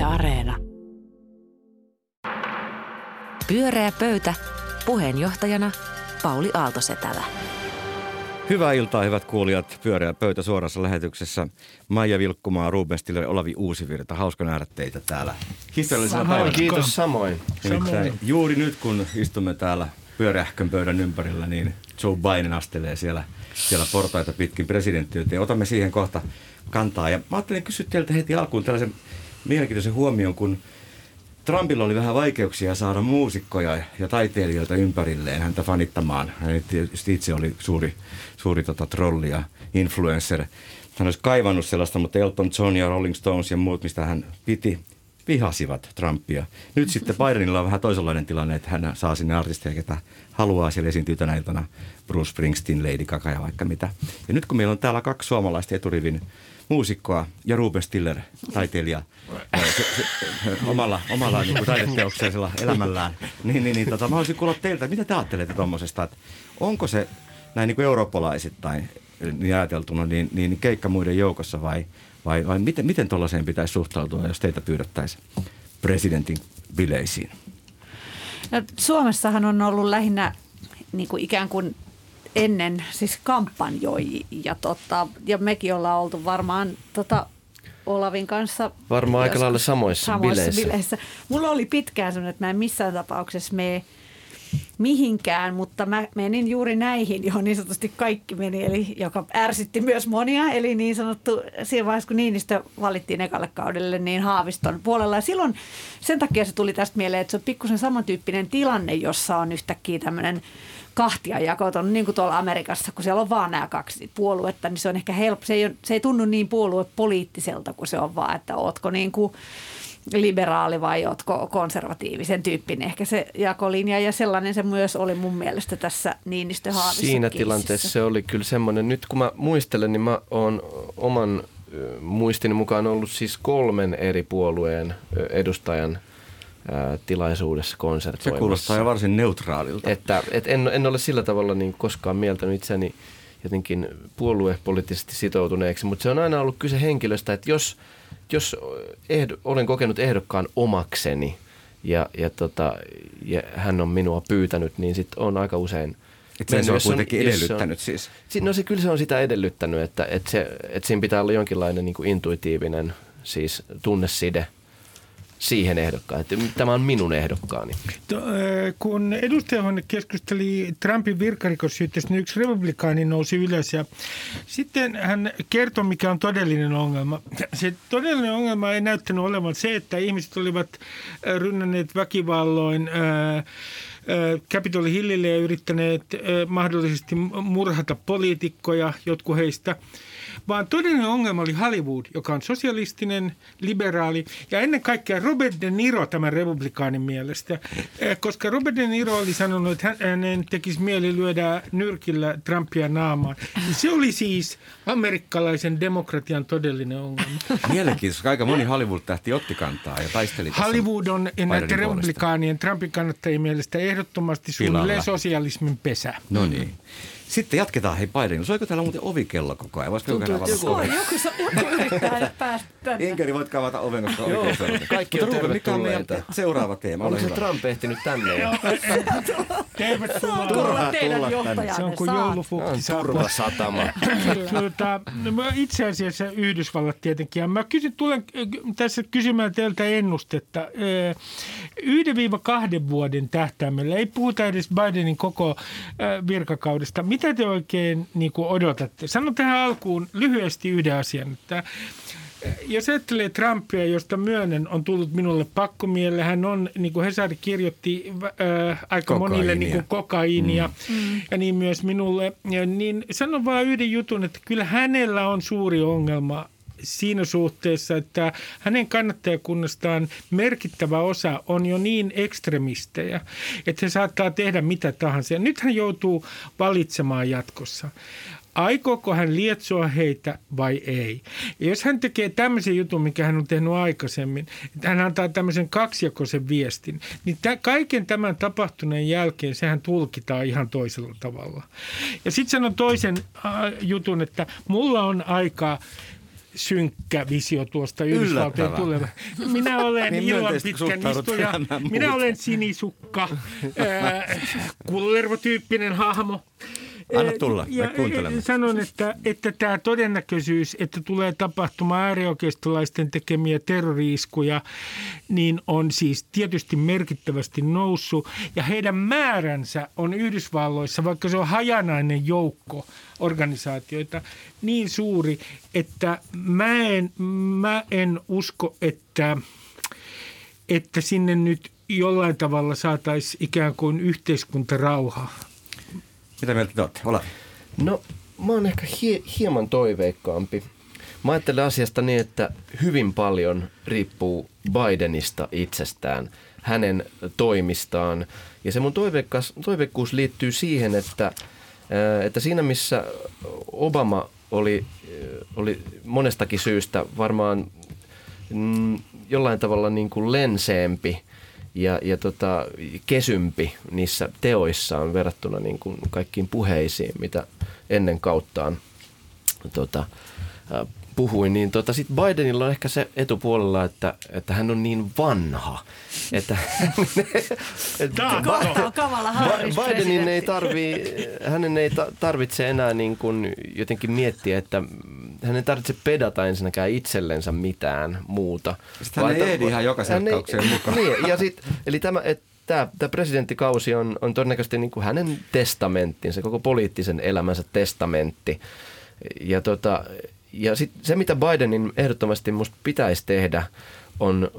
Areena. Pyöreä pöytä. Puheenjohtajana Pauli Aaltosetälä. Hyvää iltaa, hyvät kuulijat. Pyöreä pöytä suorassa lähetyksessä. Maija Vilkkumaa, Ruben Stiller, Olavi Uusivirta. Hauska nähdä teitä täällä historiallisena päivänä. Kiitos samoin. Juuri nyt, kun istumme täällä pyöreähkön pöydän ympärillä, niin Joe Biden astelee siellä portaita pitkin presidenttiyteen. Ja otamme siihen kohta kantaa. Ja mä ajattelin kysyä teiltä heti alkuun tällaisen mielenkiintoisen huomion, kun Trumpilla oli vähän vaikeuksia saada muusikkoja ja taiteilijoita ympärilleen häntä fanittamaan. Hän tietysti itse oli suuri trolli ja influencer. Hän olisi kaivannut sellaista, mutta Elton John ja Rolling Stones ja muut, mistä hän piti, vihasivat Trumpia. Nyt sitten Bidenilla on vähän toisenlainen tilanne, että hän saa sinne artisteja, ketä haluaa. Siellä esiintyy tänä iltana Bruce Springsteen, Lady Gaga ja vaikka mitä. Ja nyt kun meillä on täällä 2 suomalaista eturivin muusikkoa ja Ruben Stiller, taiteilija, omalla niin kuin taideteoksellisella elämällään, niin mä haluaisin kuulla teiltä, mitä te ajattelette tuommoisesta, että onko se näin niin kuin eurooppalaisittain niin ajateltuna niin keikka muiden joukossa vai miten tuollaiseen pitäisi suhtautua, jos teitä pyydettäisiin presidentin bileisiin? No, Suomessahan on ollut lähinnä niin kuin ikään kuin ennen siis kampanjoi ja mekin ollaan oltu varmaan Olavin kanssa. Varmaan aika lailla samoissa bileissä. Mulla oli pitkään sellainen, että mä en missään tapauksessa mene mihinkään, mutta mä menin juuri näihin, johon niin sanotusti kaikki meni, eli joka ärsytti myös monia. Eli niin sanottu, siinä vaiheessa kun Niinistö valittiin ekalle kaudelle, niin Haaviston puolella. Ja silloin sen takia se tuli tästä mieleen, että se on pikkusen samantyyppinen tilanne, jossa on yhtäkkiä tämmöinen kahtiajakoton, niin kuin tuolla Amerikassa, kun siellä on vaan nämä 2 puoluetta, niin se on ehkä helppo. Se ei tunnu niin puoluepoliittiselta kuin se on vaan, että ootko niin kuin liberaali vai ootko konservatiivisen tyyppinen. Ehkä se jakolinja ja sellainen se myös oli mun mielestä tässä Niinistö-Haaviston Siinä tilanteessa se oli kyllä semmoinen. Nyt kun mä muistelen, niin mä oon oman muistini mukaan ollut siis 3 eri puolueen edustajan tilaisuudessa konsertoimassa. Se kuulostaa jo varsin neutraalilta. Että en ole sillä tavalla niin koskaan mieltänyt itseäni jotenkin puoluepoliittisesti sitoutuneeksi, mutta se on aina ollut kyse henkilöstä, että jos olen kokenut ehdokkaan omakseni ja hän on minua pyytänyt, niin sitten on aika usein. Että se on kuitenkin edellyttänyt siis. No kyllä se on sitä edellyttänyt, että siinä pitää olla jonkinlainen niin kuin intuitiivinen siis tunneside siihen ehdokkaan, että tämä on minun ehdokkaani. Kun edustajahuone keskusteli Trumpin virkarikossyytteestä, niin yksi republikaani nousi ylös ja sitten hän kertoi, mikä on todellinen ongelma. Se todellinen ongelma ei näyttänyt olevan se, että ihmiset olivat rynnänneet väkivalloin Capitol Hillille ja yrittäneet mahdollisesti murhata poliitikkoja, jotkut heistä. Vaan todellinen ongelma oli Hollywood, joka on sosialistinen, liberaali ja ennen kaikkea Robert De Niro tämän republikaanin mielestä. Koska Robert De Niro oli sanonut, että hänen tekisi mieli lyödä nyrkillä Trumpia naamaan. Se oli siis amerikkalaisen demokratian todellinen ongelma. Mielenkiintoista. Aika moni Hollywood-tähti otti kantaa ja taisteli tässä. Hollywood on näiden republikaanien Trumpin kannattajien mielestä ehdottomasti suunnilleen sosialismin pesä. No niin. Sitten jatketaan Bidenilla. Soiko täällä muuten ovikello koko ajan? Voisiko joku yrittää päästä. Inkeri, voitko avata oven, koska oikein. Kaikki on tervetulleita. Seuraava teema. Onko se Trump ehtinyt tänne? Tervetuloa. Turva teidän johtajanne. Se on kuin joulupukki. Turvasatama. Itse asiassa Yhdysvallat tietenkin. Ja mä tulen tässä kysymään teiltä ennustetta. 1-2 vuoden tähtäimellä. Ei puhuta edes Bidenin koko virkakaudesta. Mitä te oikein niin kuin odotatte? Sanon tähän alkuun lyhyesti yhden asian, että jos ajattelee Trumpia, josta myönnän, on tullut minulle pakkomielle. Hän on, niin kuin Hesari kirjoitti, aika monille niin kuin kokaiinia ja niin myös minulle. Ja niin sanon vaan yhden jutun, että kyllä hänellä on suuri ongelma siinä suhteessa, että hänen kannattajakunnastaan merkittävä osa on jo niin ekstremistejä, että he saattaa tehdä mitä tahansa. Ja nyt hän joutuu valitsemaan jatkossa. Aikooko hän lietsoa heitä vai ei? Ja jos hän tekee tämmöisen jutun, mikä hän on tehnyt aikaisemmin, että hän antaa tämmöisen kaksijakoisen viestin, niin kaiken tämän tapahtuneen jälkeen sehän tulkitaan ihan toisella tavalla. Ja sitten sanon toisen jutun, että mulla on aikaa synkkä visio tuosta Yhdysvaltojen tuleva. Minä olen Niin ilon myönteisesti pitkän suhtaudut istuja. elämään Minä muuten. olen sinisukka, Kullervo-tyyppinen hahmo. Anna tulla, me kuuntelemme. Sanon, että tämä todennäköisyys, että tulee tapahtumaan äärioikeistolaisten tekemiä terrori-iskuja, niin on siis tietysti merkittävästi noussut. Ja heidän määränsä on Yhdysvalloissa, vaikka se on hajanainen joukko organisaatioita, niin suuri, että mä en usko, että sinne nyt jollain tavalla saataisiin ikään kuin yhteiskuntarauha. Mitä mieltä te olette? Olavi? No, mä oon ehkä hieman toiveikkaampi. Mä ajattelen asiasta niin, että hyvin paljon riippuu Bidenista itsestään, hänen toimistaan. Ja se mun toiveikkuus liittyy siihen, että siinä missä Obama oli monestakin syystä varmaan jollain tavalla niin kuin lenseempi ja kesympi niissä teoissaan verrattuna niin kuin kaikkiin puheisiin, mitä ennen kauttaan puhuin, niin sitten Bidenilla on ehkä se etupuolella, että hän on niin vanha, että Kamala Harris Bidenin hänen ei tarvitse enää niin kuin jotenkin miettiä, että hän ei tarvitse pedata ensinnäkään itsellensä mitään muuta. Sitten hän ei ehdi ihan joka selkkaukseen mukaan. Niin, ja eli tämä presidenttikausi on todennäköisesti niin kuin hänen testamenttinsa, koko poliittisen elämänsä testamentti. Ja sitten se, mitä Bidenin ehdottomasti musta pitäisi tehdä, on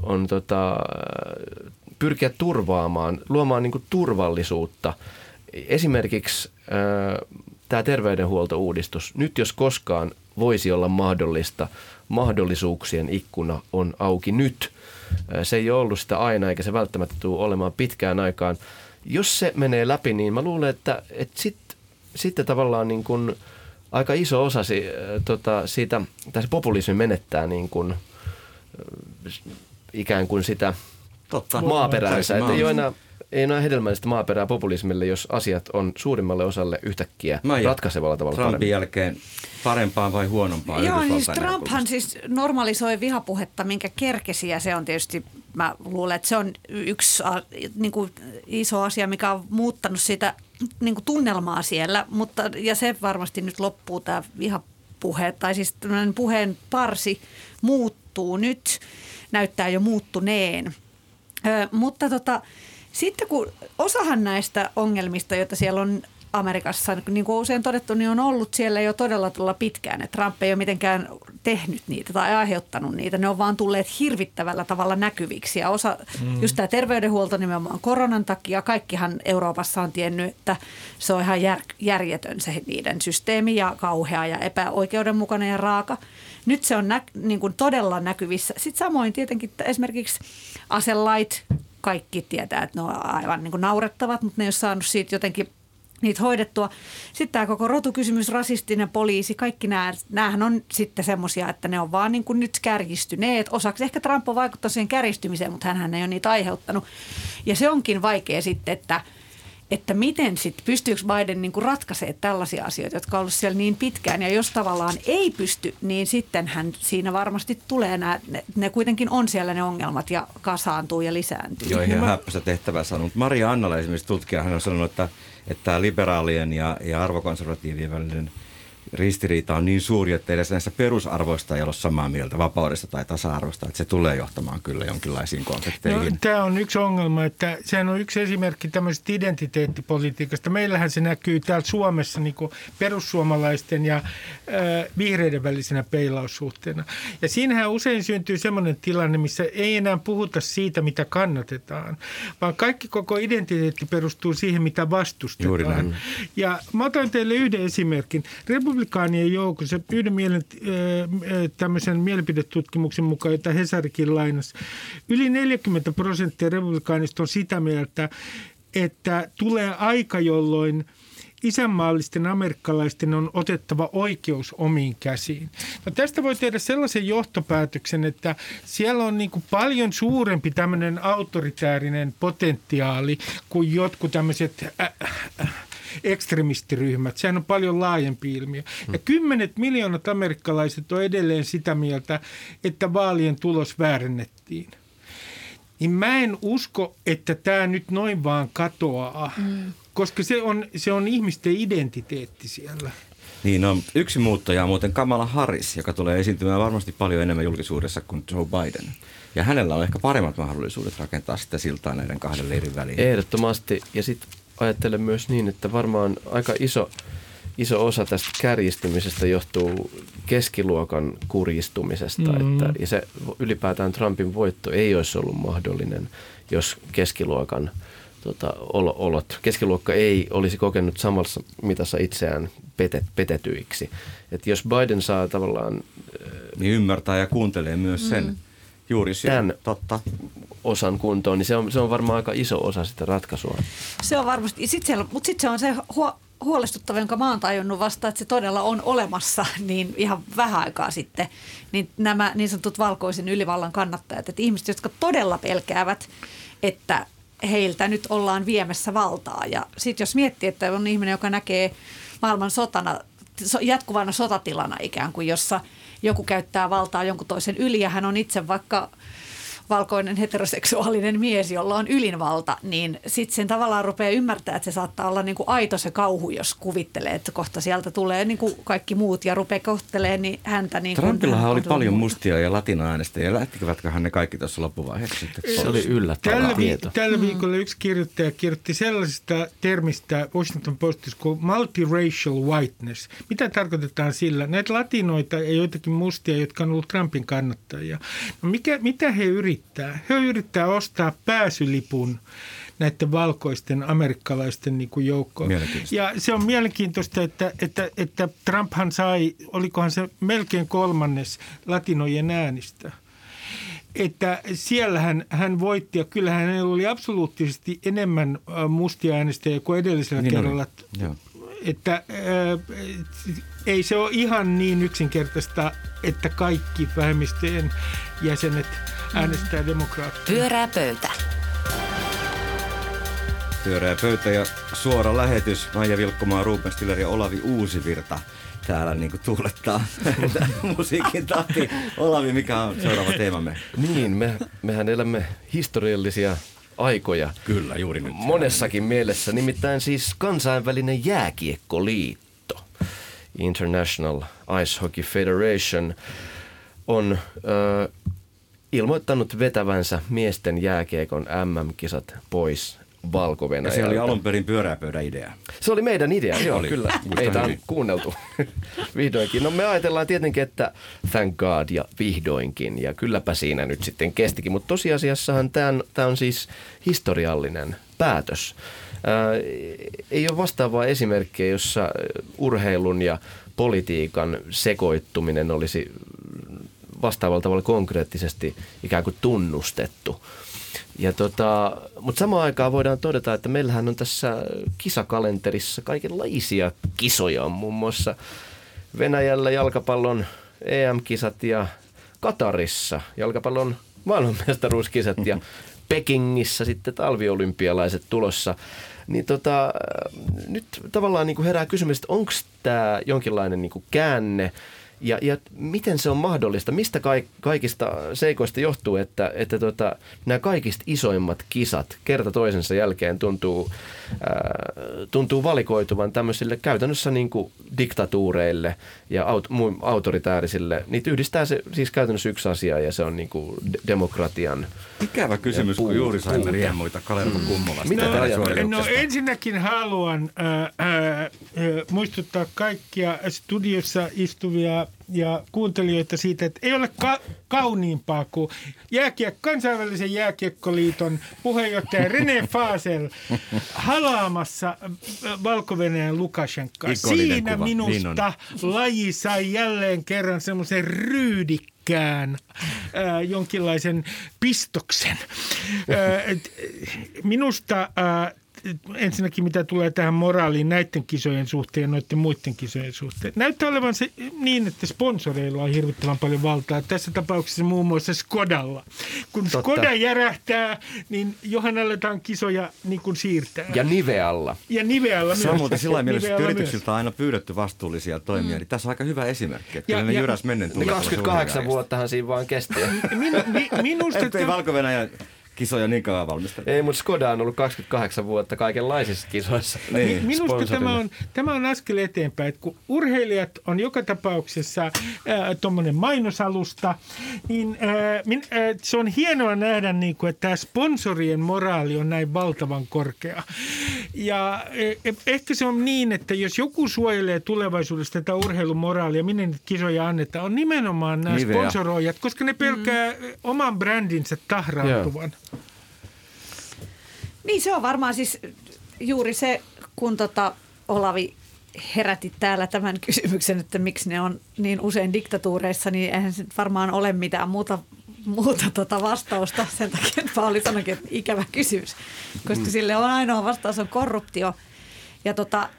pyrkiä luomaan niin kuin turvallisuutta. Esimerkiksi tämä terveydenhuoltouudistus, nyt jos koskaan voisi olla mahdollista, mahdollisuuksien ikkuna on auki nyt. Se ei ole ollut sitä aina, eikä se välttämättä tule olemaan pitkään aikaan. Jos se menee läpi, niin mä luulen, että sitten tavallaan niin kuin aika iso osa siitä, tai se populismi menettää niin kuin, ikään kuin sitä maaperäänsä. Että ei enää hedelmällistä maaperää populismille, jos asiat on suurimmalle osalle yhtäkkiä ratkaisevalla tavalla Trumpin paremmin. jälkeen parempaan vai huonompaan? Joo, siis Trumphan siis normalisoi vihapuhetta, minkä kerkesi, ja se on tietysti, mä luulen, että se on yksi niin kuin iso asia, mikä on muuttanut sitä niin kuin tunnelmaa siellä, ja se varmasti nyt loppuu tämä vihapuhe, tai siis puheen parsi muuttuu nyt, näyttää jo muuttuneen. Mutta sitten kun osahan näistä ongelmista, joita siellä on Amerikassa, niin kuin usein todettu, niin on ollut siellä jo todella pitkään. Että Trump ei ole mitenkään tehnyt niitä tai aiheuttanut niitä. Ne on vaan tulleet hirvittävällä tavalla näkyviksi. Ja just tämä terveydenhuolto nimenomaan koronan takia, kaikkihan Euroopassa on tiennyt, että se on ihan järjetön se niiden systeemi ja kauhea ja epäoikeudenmukainen ja raaka. Nyt se on niin kuin todella näkyvissä. Sitten samoin tietenkin esimerkiksi aselait, kaikki tietää, että ne on aivan niin kuin naurettavat, mutta ne ei ole saanut siitä jotenkin niitä hoidettua. Sitten tämä koko rotukysymys, rasistinen poliisi, kaikki näähän on sitten semmoisia, että ne on vaan niin kuin nyt kärjistyneet. Osaksi ehkä Trump on vaikuttanut siihen kärjistymiseen, mutta hänhän ei ole niitä aiheuttanut. Ja se onkin vaikea sitten, että miten sitten, pystyykö Biden niin kuin ratkaisemaan tällaisia asioita, jotka on ollut siellä niin pitkään. Ja jos tavallaan ei pysty, niin sittenhän siinä varmasti tulee ne kuitenkin on siellä ne ongelmat ja kasaantuu ja lisääntyy. Joo, ihan häppäistä tehtävää sanonut. Maria Annala esimerkiksi tutkija, hän on sanonut, että liberaalien ja arvokonservatiivien välinen ristiriita on niin suuri, että edes näissä perusarvoista ei ole samaa mieltä, vapaudesta tai tasa-arvosta, että se tulee johtamaan kyllä jonkinlaisiin konflikteihin. No, tämä on yksi ongelma, että sehän on yksi esimerkki tämmöisestä identiteettipolitiikasta. Meillähän se näkyy täällä Suomessa niin kuin perussuomalaisten ja vihreiden välisenä peilaussuhteena. Ja siinähän usein syntyy semmoinen tilanne, missä ei enää puhuta siitä, mitä kannatetaan, vaan kaikki koko identiteetti perustuu siihen, mitä vastustetaan. Juuri näin. Ja mä otan teille yhden esimerkin. Republikaanien joukossa yhden tämmöisen mielipidetutkimuksen mukaan, jota Hesarikin lainasi, yli 40% republikaanista on sitä mieltä, että tulee aika, jolloin isänmaallisten amerikkalaisten on otettava oikeus omiin käsiin. No tästä voi tehdä sellaisen johtopäätöksen, että siellä on niin kuin paljon suurempi tämmöinen autoritäärinen potentiaali kuin jotkut tämmöiset ekstremistiryhmät. Sehän on paljon laajempi ilmiö. Ja 10 miljoonat amerikkalaiset on edelleen sitä mieltä, että vaalien tulos väärennettiin. Niin mä en usko, että tämä nyt noin vaan katoaa, koska se on ihmisten identiteetti siellä. Niin, no, yksi muuttaja on muuten Kamala Harris, joka tulee esiintymään varmasti paljon enemmän julkisuudessa kuin Joe Biden. Ja hänellä on ehkä paremmat mahdollisuudet rakentaa sitä siltaa näiden kahden leirin väliin. Ehdottomasti. Ja sitten ajattelen myös niin, että varmaan aika iso osa tästä kärjistymisestä johtuu keskiluokan kurjistumisesta. Ja se ylipäätään Trumpin voitto ei olisi ollut mahdollinen, jos keskiluokan keskiluokka ei olisi kokenut samassa mitassa itseään petetyiksi. Että jos Biden saa tavallaan niin ymmärtää ja kuuntelee myös sen juuri tämän osan kuntoon, niin se on varmaan aika iso osa sitä ratkaisua. Se on varmasti, mutta sitten se on se huolestuttava, jonka mä oon tajunnut vasta, että se todella on olemassa niin ihan vähän aikaa sitten. Niin nämä niin sanotut valkoisen ylivallan kannattajat, että ihmiset, jotka todella pelkäävät, että heiltä nyt ollaan viemässä valtaa. Ja sitten jos miettii, että on ihminen, joka näkee maailman sotana, jatkuvana sotatilana ikään kuin, jossa joku käyttää valtaa jonkun toisen yli ja hän on itse vaikka valkoinen heteroseksuaalinen mies, jolla on ylinvalta, niin sitten sen tavallaan rupeaa ymmärtää, että se saattaa olla niin kuin aito se kauhu, jos kuvittelee, että kohta sieltä tulee niin kuin kaikki muut ja rupeaa kohtelemaan niin häntä niin kuin... Trumpillahan oli paljon mustia ja latinaäänestäjiä. Lähtikövätköhän ne kaikki tuossa loppuvaiheessa? Se oli yllättävä tieto. Tällä viikolla yksi kirjoittaja kirjoitti sellaisesta termistä Washington Postissa kuin multiracial whiteness. Mitä tarkoitetaan sillä? Näitä latinoita ja joitakin mustia, jotka on ollut Trumpin kannattajia. No mitä he yrittävät? He yrittää ostaa pääsylipun näiden valkoisten amerikkalaisten niin kuin joukkoon. Ja se on mielenkiintoista, että Trumphan sai, olikohan se melkein 1/3 latinojen äänistä. Että siellä hän voitti ja kyllä hänellä oli absoluuttisesti enemmän mustia äänestäjiä kuin edellisellä kerralla. Että ei se ole ihan niin yksinkertaista, että kaikki vähemmistöjen jäsenet äänestää demokraattia. Pyörää pöytä. Pyörää pöytä ja suora lähetys. Maija Vilkkomaa, Ruben Stiller ja Olavi Uusivirta täällä niin kuin tuulettaa musiikin tahti. Olavi, mikä on seuraava teemamme? Niin, mehän elämme historiallisia aikoja. Kyllä, juuri nyt. Monessakin mielessä, nimittäin siis kansainvälinen jääkiekkoliitto, International Ice Hockey Federation, on ilmoittanut vetävänsä miesten jääkiekon MM-kisat pois Valko-Venäjältä. Ja se oli alun perin pyöräpöydän idea. Se oli meidän idea, joo, kyllä. Meitä on kuunneltu vihdoinkin. No me ajatellaan tietenkin, että thank God ja vihdoinkin, ja kylläpä siinä nyt sitten kestikin. Mutta tosiasiassahan tämä on siis historiallinen päätös. Ei ole vastaavaa esimerkkiä, jossa urheilun ja politiikan sekoittuminen olisi vastaavalla tavalla konkreettisesti ikään kuin tunnustettu. Mutta samaan aikaan voidaan todeta, että meillähän on tässä kisakalenterissa kaikenlaisia kisoja. On muun muassa Venäjällä jalkapallon EM-kisat ja Katarissa jalkapallon maailmanmestaruuskisat ja Pekingissä sitten talviolympialaiset tulossa. Niin nyt tavallaan niin kuin herää kysymys, että onko tämä jonkinlainen niin kuin käänne ja miten se on mahdollista? Mistä kaikista seikoista johtuu, että nämä kaikista isoimmat kisat kerta toisensa jälkeen tuntuu valikoituvan tämmöisille käytännössä niin kuin diktatuureille ja autoritäärisille. Niitä yhdistää se siis käytännössä yksi asia ja se on niin kuin demokratian. Ikävä kysymys, kun juuri saimme riemuita Kalervo Kummovasta. No ensinnäkin haluan muistuttaa kaikkia studiossa istuvia ja kuuntelijoita siitä, että ei ole kauniimpaa kuin kansainvälisen jääkiekkoliiton puheenjohtaja René Fasel halaamassa Valko-Venäjän Lukashenkaa. Siinä kuva. Minusta niin laji sai jälleen kerran semmoisen ryydikkään jonkinlaisen pistoksen. Minusta ensinnäkin mitä tulee tähän moraaliin näiden kisojen suhteen ja noiden muiden kisojen suhteen. Näyttää olevan se niin, että sponsoreilla on hirvittävän paljon valtaa. Tässä tapauksessa muun muassa Skodalla. Kun Skoda järähtää, niin johan aletaan kisoja niin kuin siirtää. Ja Nivealla. Ja Nivealla myös. Se on muuten sillä mielessä, että yrityksiltä on aina pyydetty vastuullisia toimia. Niin tässä on aika hyvä esimerkki, että kyllä ne jyräs mennen tulee. 28 vuottahan siinä vaan kesti. Minusta ei Valko-Venäjän kisoja niin kauan valmisteltu. Ei, mutta Skoda on ollut 28 vuotta kaikenlaisissa kisoissa. Niin. Minusta tämä on askel eteenpäin, että kun urheilijat on joka tapauksessa tuommoinen mainosalusta, niin se on hienoa nähdä, niin kuin, että tämä sponsorien moraali on näin valtavan korkea. Ja ehkä se on niin, että jos joku suojelee tulevaisuudessa tätä urheilumoraalia, minne niitä kisoja annetaan, on nimenomaan nämä sponsoroijat, koska ne pelkää oman brändinsä tahraantuvan. Niin se on varmaan siis juuri se, kun Olavi herätit täällä tämän kysymyksen, että miksi ne on niin usein diktatuureissa, niin eihän se varmaan ole mitään muuta vastausta. Sen takia, että Pauli sanoikin, että ikävä kysymys, koska sille on ainoa vastaus on korruptio. Ja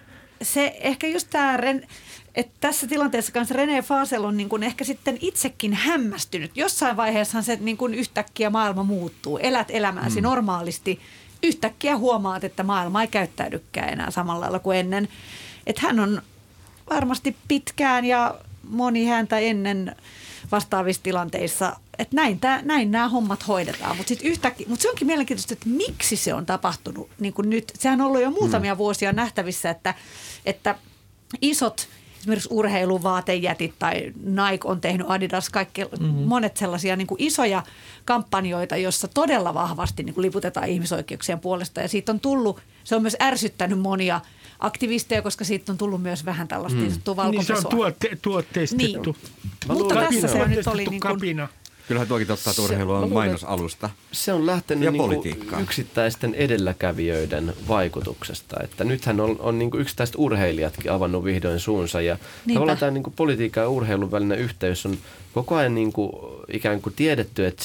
se ehkä just tämä, että tässä tilanteessa kanssa René Fasel on niin kuin ehkä sitten itsekin hämmästynyt. Jossain vaiheessahan se niin kuin yhtäkkiä maailma muuttuu. Elät elämääsi normaalisti. Yhtäkkiä huomaat, että maailma ei käyttäydykään enää samalla lailla kuin ennen. Että hän on varmasti pitkään ja moni häntä ennen vastaavissa tilanteissa, että näin nämä hommat hoidetaan. Mutta se onkin mielenkiintoista, että miksi se on tapahtunut niin kuin nyt. Sehän on ollut jo muutamia vuosia nähtävissä, että isot esimerkiksi urheiluvaatejätit tai Nike on tehnyt, Adidas, kaikki monet sellaisia niin kuin isoja kampanjoita, joissa todella vahvasti niin kuin liputetaan ihmisoikeuksien puolesta. Ja siitä on tullut, se on myös ärsyttänyt monia aktivisteja, koska siitä on tullut myös vähän tällaista valkopesua. Niin se on tuotteistettu. Niin. Mutta tässä se nyt oli niin kuin... Kyllähän tuokin totta, että urheilu on mainosalusta. Se on lähtenyt niin yksittäisten edelläkävijöiden vaikutuksesta. Että nythän on niin kuin yksittäiset urheilijatkin avannut vihdoin suunsa. Ja tavallaan tämä niin kuin politiikan ja urheilun välinen yhteys on koko ajan niin kuin ikään kuin tiedetty, että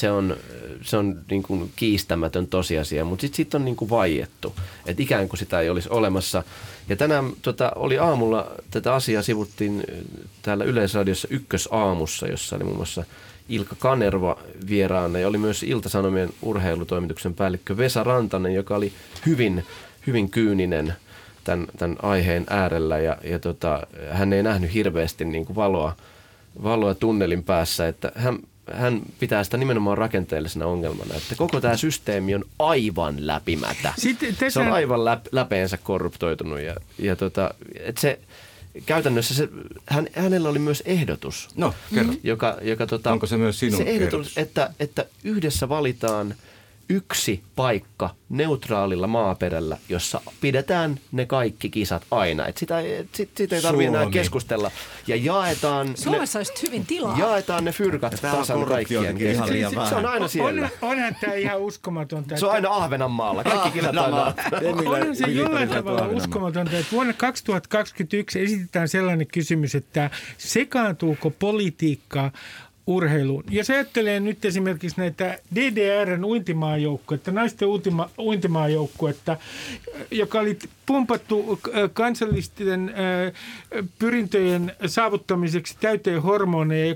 se on niin kuin kiistämätön tosiasia. Mutta sitten siitä on niin kuin vaiettu, että ikään kuin sitä ei olisi olemassa. Ja tänään oli aamulla, tätä asiaa sivuttiin täällä Yleisradiossa Ykkösaamussa, jossa oli muun muassa Ilkka Kanerva vieraana ja oli myös Ilta-Sanomien urheilutoimituksen päällikkö Vesa Rantanen, joka oli hyvin, hyvin kyyninen tämän aiheen äärellä ja hän ei nähnyt hirveästi niin kuin valoa tunnelin päässä, että hän pitää sitä nimenomaan rakenteellisena ongelmana, että koko tämä systeemi on aivan läpimätä. Se on aivan läpeensä korruptoitunut ja että se käytännössä hänellä oli myös ehdotus. No, kerro. Joka onko se myös sinun ehdotus? Että yhdessä valitaan yksi paikka neutraalilla maaperällä, jossa pidetään ne kaikki kisat aina. Että siitä ei tarvitse enää keskustella. Ja jaetaan... Suomessa olisi hyvin tilaa. Jaetaan ne fyrkat tasan kaikkien kesken. Se on aina siellä. Onhan tämä ihan uskomatonta. Se on aina Ahvenanmaalla. Kaikki kisat aina. Onhan se jollain tavalla uskomatonta, että vuonna 2021 esitetään sellainen kysymys, että sekaantuuko politiikka urheiluun. Jos ajattelee nyt esimerkiksi näitä DDR:n uintimaajoukkuetta, naisten uintimaajoukkuetta, joka oli pumpattu kansallisten pyrintöjen saavuttamiseksi täyteen hormoneja,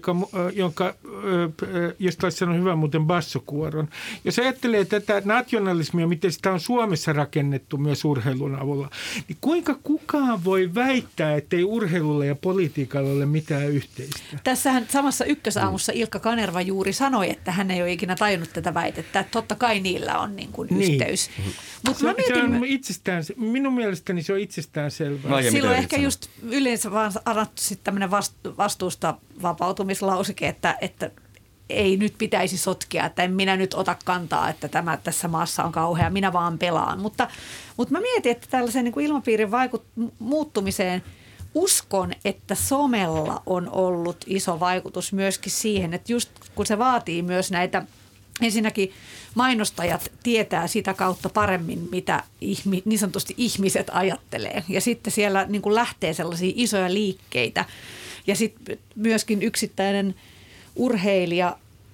josta olisi sanonut hyvä muuten bassokuoron. Jos ajattelee tätä nationalismia, miten sitä on Suomessa rakennettu myös urheilun avulla, niin kuinka kukaan voi väittää, ettei urheilulla ja politiikalla ole mitään yhteistä? Tässähän samassa Ykkösaamussa Ilkka Kanerva juuri sanoi, että hän ei ole ikinä tajunnut tätä väitettä, että totta kai niillä on niin kuin yhteys. Mutta minun mielestäni se on itsestään selvää. No, silloin ehkä just yleensä vaan annettu sitten tämmöinen vastuusta vapautumislauseke, että ei nyt pitäisi sotkea, että en minä nyt ota kantaa, että tämä tässä maassa on kauhea, minä vaan pelaan. Mutta mä mietin, että tällaisen niin kuin ilmapiirin muuttumiseen uskon, että somella on ollut iso vaikutus myöskin siihen, että just kun se vaatii myös näitä, ensinnäkin mainostajat tietää sitä kautta paremmin, mitä niin sanotusti ihmiset ajattelee. Ja sitten siellä niin kuin lähtee sellaisia isoja liikkeitä. Ja sitten myöskin yksittäinen urheilija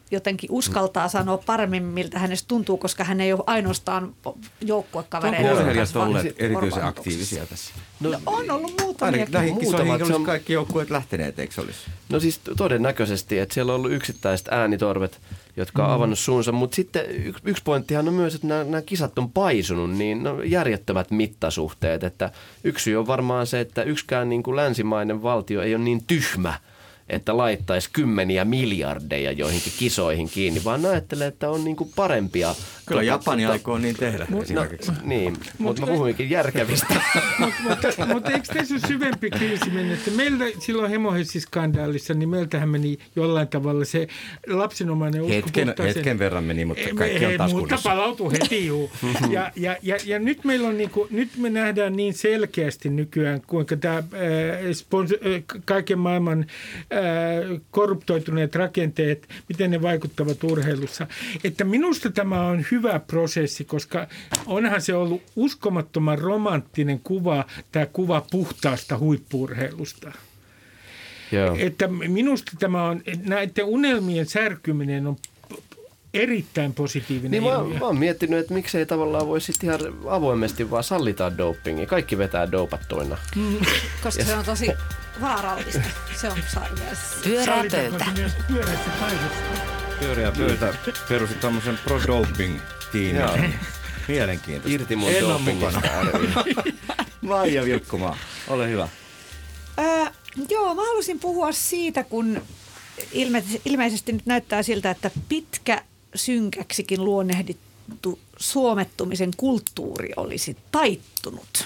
jotenkin uskaltaa sanoa paremmin, miltä hänestä tuntuu, koska hän ei ole ainoastaan joukkuekavereiden. Onko urheilijat olleet erityisen aktiivisia tässä? No, on ollut muutamia. Näihin kisoihin olisi kaikki joukkueet lähteneet, eikö olisi? No siis todennäköisesti, että siellä on ollut yksittäiset äänitorvet, jotka on avannut suunsa, mutta sitten yksi pointtihan on myös, että nämä kisat on paisunut, niin järjettömät mittasuhteet, että yksi syy on varmaan se, että yksikään niin kuin länsimainen valtio ei ole niin tyhmä, että laittaisi kymmeniä miljardeja joihinkin kisoihin kiinni, vaan ajattelee, että on niin kuin parempia. Kyllä Japani aikoo niin tehdä esimerkiksi. Niin, mutta mä puhuinkin järkevistä. Mutta eikö tässä ole syvempi kriisi mennyt, että meiltä silloin hemohessiskandaalissa, niin meiltähän meni jollain tavalla se lapsenomainen usko. Hetken verran meni, mutta kaikki on taas kunnossa. Mutta palautuu heti juu. Ja nyt meillä on nyt me nähdään niin selkeästi nykyään, kuinka tämä kaiken maailman korruptoituneet rakenteet, miten ne vaikuttavat urheilussa. Että minusta tämä on hyvä prosessi, koska onhan se ollut uskomattoman romanttinen kuva, tämä kuva puhtaasta huippu-urheilusta. Joo. Että minusta tämä on, näiden unelmien särkyminen on erittäin positiivinen niin ilmiö. mä oon miettinyt, että miksei tavallaan voi sitten ihan avoimesti vaan sallitaan dopingia. Kaikki vetää dopattuina. Koska se on tosi vaarallista. Se on sairaus. Pyörää pöytä. Pyöreä pöytä perusti tämmöisen pro-doping-tiimin. Mielenkiintoista. Irti mun dopingista. Maija Vilkkumaa, ole hyvä. Joo, mä halusin puhua siitä, kun ilmeisesti nyt näyttää siltä, että pitkä synkäksikin luonnehdittu suomettumisen kulttuuri olisi taittunut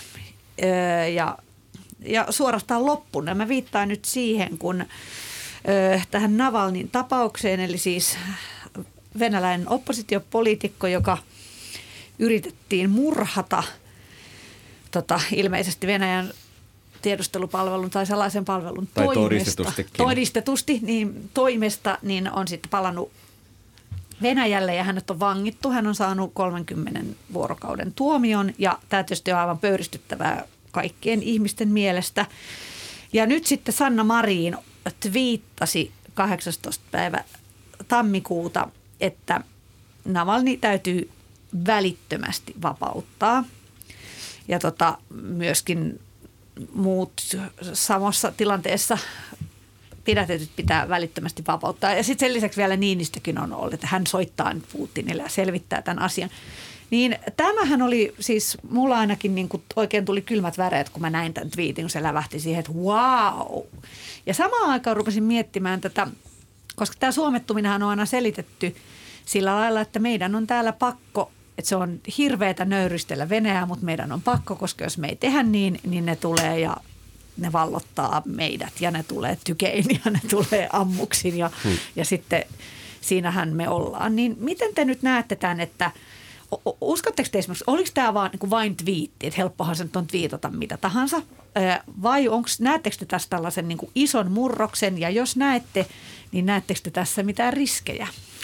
ja suorastaan loppunut. Mä viittaan nyt siihen, kun tähän Navalnin tapaukseen, eli siis venäläinen oppositiopoliitikko, joka yritettiin murhata ilmeisesti Venäjän tiedustelupalvelun tai salaisen palvelun tai todistetusti toimesta, on sitten palannut Venäjälle ja hänet on vangittu. Hän on saanut 30 vuorokauden tuomion ja tämä tietysti on aivan pöyristyttävää kaikkien ihmisten mielestä. Ja nyt sitten Sanna Marin twiittasi 18. päivä tammikuuta, että Navalny täytyy välittömästi vapauttaa. Ja myöskin muut samassa tilanteessa pidätetyt pitää välittömästi vapauttaa. Ja sitten sen lisäksi vielä Niinistökin on ollut, että hän soittaa Putinille ja selvittää tämän asian. Niin tämähän oli siis, mulla ainakin niin kuin oikein tuli kylmät väreet, kun mä näin tämän twiitin, kun se lävähti siihen, että wow. Ja samaan aikaan rupesin miettimään tätä, koska tämä suomettuminenhan on aina selitetty sillä lailla, että meidän on täällä pakko, että se on hirveätä nöyristellä Venäjää, mutta meidän on pakko, koska jos me ei tehdä niin ne tulee ja ne vallottaa meidät ja ne tulee tykein ja ne tulee ammuksin ja sitten siinähän me ollaan. Niin miten te nyt näette tämän, että uskotteko te esimerkiksi, oliko tämä vain twiitti, että helppohan se nyt on twiitata mitä tahansa, vai näettekö te tässä tällaisen niin kuin ison murroksen, ja jos näette, niin näettekö te tässä mitään riskejä?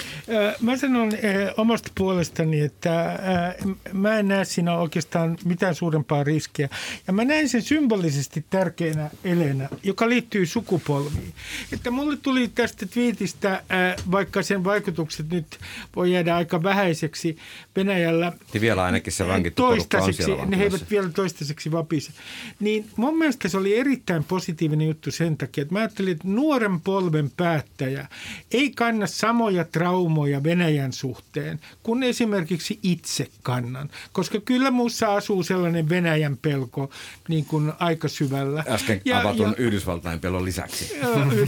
Mä sanon omasta puolestani, että mä en näe siinä oikeastaan mitään suurempaa riskiä. Ja mä näen sen symbolisesti tärkeänä eleenä, joka liittyy sukupolviin. Että mulle tuli tästä twiitistä, vaikka sen vaikutukset nyt voi jäädä aika vähäiseksi Venäjällä. Vielä ainakin se vankittu porukka on siellä vankilassa. Ne eivät vielä toistaiseksi vapise. Niin mun mielestä se oli erittäin positiivinen juttu sen takia, että mä ajattelin, että nuoren polven päättäjä ei kanna samoja traumoja Venäjän suhteen, kun esimerkiksi itse kannan. Koska kyllä muussa asuu sellainen Venäjän pelko niin kuin aika syvällä. Äsken avatun Yhdysvaltain pelon lisäksi.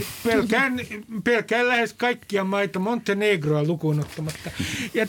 Pelkään lähes kaikkia maita, Montenegroa lukuun ottamatta. Ja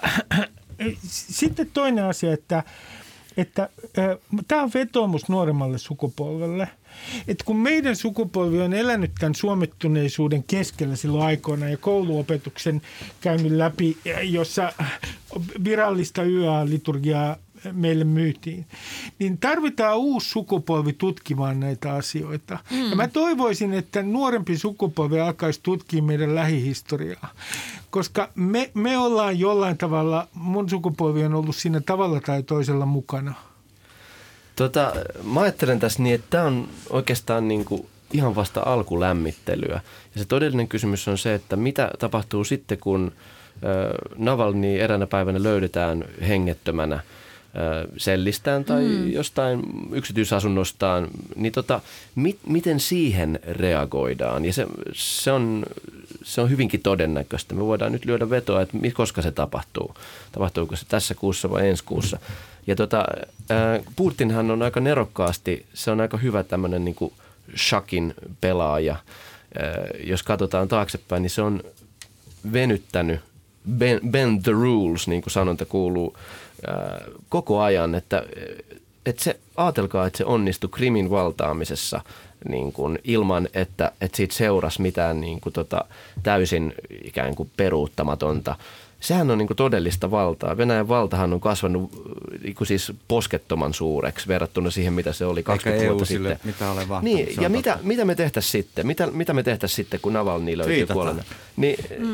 sitten toinen asia, että tämä on vetoomus nuoremmalle sukupolvelle. Että kun meidän sukupolvi on elänyt tämän suomettuneisuuden keskellä silloin aikoina ja kouluopetuksen käynyt läpi, jossa virallista YA-liturgiaa meille myytiin, niin tarvitaan uusi sukupolvi tutkimaan näitä asioita. Ja mä toivoisin, että nuorempi sukupolvi alkaisi tutkia meidän lähihistoriaa, koska me ollaan jollain tavalla, mun sukupolvi on ollut siinä tavalla tai toisella mukana. Mä ajattelen tässä niin, että tämä on oikeastaan niin kuin ihan vasta alkulämmittelyä. Ja se todellinen kysymys on se, että mitä tapahtuu sitten, kun Navalny eräänä päivänä löydetään hengettömänä sellistään tai jostain yksityisasunnostaan, niin miten siihen reagoidaan? Ja se on hyvinkin todennäköistä. Me voidaan nyt lyödä vetoa, että koska se tapahtuu. Tapahtuuko se tässä kuussa vai ensi kuussa? Ja Putinhan on aika nerokkaasti, se on aika hyvä tämmöinen niin kuin shakin pelaaja. Jos katsotaan taaksepäin, niin se on venyttänyt, bend the rules, niin kuin sanonta kuuluu, koko ajan, että ajatelkaa, että se onnistui Krimin valtaamisessa niin kuin ilman, että siitä seurasi mitään niin kuin täysin ikään kuin peruuttamatonta. Sehän on niin kuin todellista valtaa. Venäjän valtahan on kasvanut niin kuin siis poskettoman suureksi verrattuna siihen, mitä se oli 20 vuotta sitten. Mitä ole vahtunut. Niin, ja mitä me tehtäisiin sitten? Mitä me tehtäisiin sitten, kun Navalny löytyy kuolena? Niin,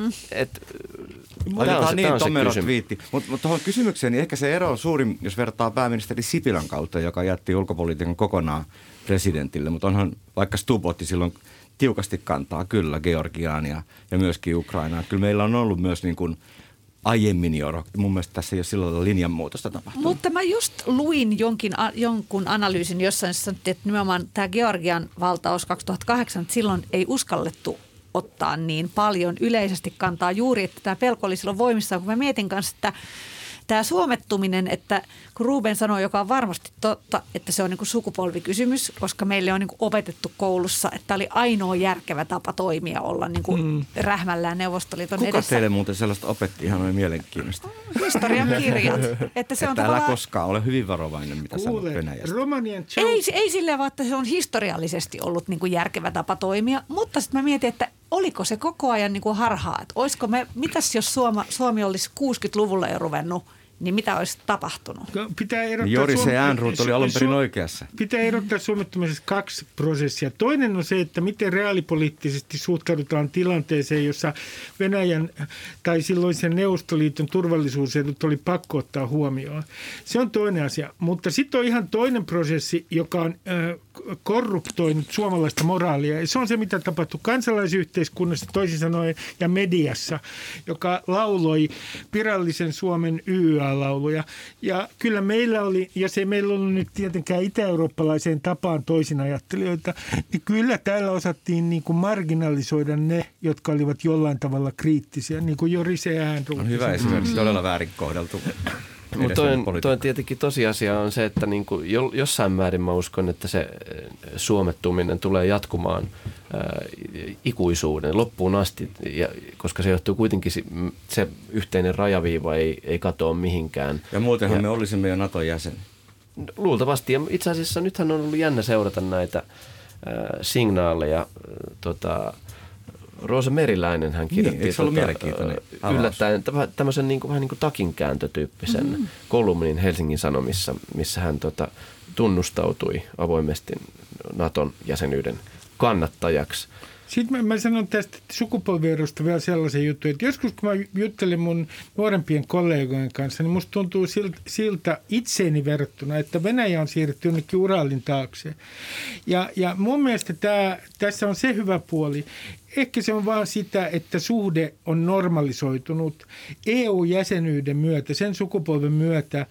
Laitetaan niin tomero twiitti. Mutta tuohon kysymykseen, niin ehkä se ero on suurin, jos vertaa pääministeri Sipilän kautta, joka jätti ulkopolitiikan kokonaan presidentille. Mutta onhan, vaikka Stubb otti silloin tiukasti kantaa kyllä Georgiaan ja myöskin Ukrainaan. Kyllä meillä on ollut myös niin kuin aiemmin jo. Mun mielestä tässä ei ole sillä lailla linjanmuutosta tapahtunut. Mutta mä just luin jonkun analyysin jossain, jossa sanottiin, että nimenomaan tämä Georgian valtaus 2008, että silloin ei uskallettu ottaa niin paljon yleisesti kantaa juuri, että tämä pelko oli silloin voimissaan. Kun mä mietin kanssa, että tämä suomettuminen, että kun Ruben sanoi, joka on varmasti totta, että se on niin kuin sukupolvikysymys, koska meille on niin kuin opetettu koulussa, että oli ainoa järkevä tapa toimia olla niin kuin rähmällään Neuvostoliiton edessä. Kuka teille muuten sellaista opetti? Ihan noin mielenkiinnosta. Historian kirjat. Että se on älä koskaan ole hyvin varovainen, mitä sanot Venäjästä. Ei silleen vaan, että se on historiallisesti ollut niin kuin järkevä tapa toimia, mutta sitten mä mietin, että oliko se koko ajan niin kuin harhaa? Että olisiko mitäs jos Suomi olisi 60-luvulla jo ruvennut, niin mitä olisi tapahtunut? Jori se Ehrnrooth oli alun perin oikeassa. Pitää erottaa suomettumisessa 2 prosessia. Toinen on se, että miten reaalipoliittisesti suhtaudutaan tilanteeseen, jossa Venäjän tai silloisen Neuvostoliiton turvallisuusedut oli pakko ottaa huomioon. Se on toinen asia. Mutta sitten on ihan toinen prosessi, joka on korruptoinut suomalaista moraalia. Ja se on se, mitä tapahtui kansalaisyhteiskunnassa, toisin sanoen, ja mediassa, joka lauloi virallisen Suomen YYA-lauluja. Ja kyllä meillä oli, jos ei meillä ollut nyt tietenkään itä-eurooppalaiseen tapaan toisinajattelijoita, niin kyllä täällä osattiin niin kuin marginalisoida ne, jotka olivat jollain tavalla kriittisiä, niin kuin Jori se Ehrnrooth. On hyvä esimerkiksi, todella väärin kohdeltu. Mutta toi tietenkin tosiasia on se, että niin kuin jossain määrin mä uskon, että se suomettuminen tulee jatkumaan ikuisuuden loppuun asti, koska se johtuu kuitenkin, se yhteinen rajaviiva ei katoa mihinkään. Ja muutenhan me olisimme jo Naton jäsen. Luultavasti, ja itse asiassa nythän on ollut jännä seurata näitä signaaleja. Roosa Meriläinen hän kirjoitti yllättäen tämmöisen vähän niin kuin takinkääntötyyppisen kolumnin Helsingin Sanomissa, missä hän tunnustautui avoimesti Naton jäsenyyden kannattajaksi. Sitten mä sanon tästä sukupolvierosta vielä sellaisen jutun, että joskus kun mä juttelen mun nuorempien kollegojen kanssa, niin musta tuntuu siltä itseeni verrattuna, että Venäjä on siirretty jonnekin Uralin taakse. Ja mun mielestä tässä on se hyvä puoli. Ehkä se on vaan sitä, että suhde on normalisoitunut EU-jäsenyyden myötä, sen sukupolven myötä,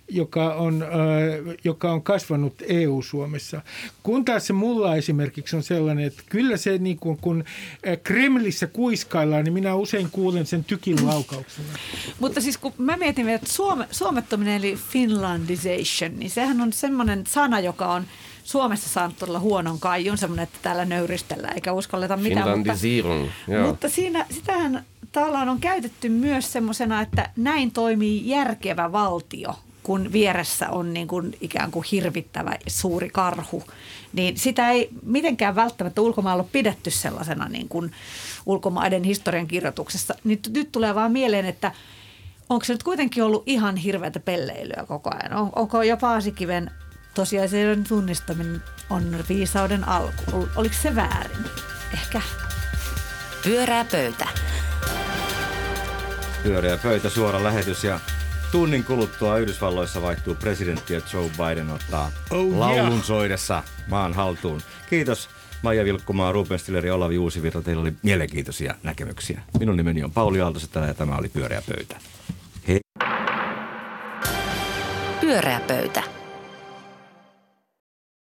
joka on kasvanut EU-Suomessa. Kun taas se mulla esimerkiksi on sellainen, että kyllä se niin kun Kremlissä kuiskaillaan, niin minä usein kuulen sen tykin laukauksena. Mutta siis kun mä mietin, että suomettuminen eli Finlandization, niin sehän on semmoinen sana, joka on Suomessa saanut todella huonon kaijun, semmoinen, että täällä nöyristellään eikä uskalleta mitään. Mutta sitähän tavallaan on käytetty myös semmoisena, että näin toimii järkevä valtio, kun vieressä on niin kuin ikään kuin hirvittävä suuri karhu. Niin sitä ei mitenkään välttämättä ulkomailla ole pidetty sellaisena niin kuin ulkomaiden historiankirjoituksessa. Nyt tulee vaan mieleen, että onko se nyt kuitenkin ollut ihan hirveätä pelleilyä koko ajan? Onko jo Paasikiven tosiasioiden tunnistaminen on viisauden alku? Oliko se väärin? Ehkä. Pyörää pöytä. Pyöreä pöytä, suora lähetys ja tunnin kuluttua Yhdysvalloissa vaihtuu presidentti ja Joe Biden ottaa laulun soidessa maan haltuun. Kiitos Maija Vilkkumaa, Ruben Stiller ja Olavi Uusivirta. Teillä oli mielenkiintoisia näkemyksiä. Minun nimeni on Pauli Aaltosetälä ja tämä oli Pyöreä pöytä. Hei. Pyöreä pöytä.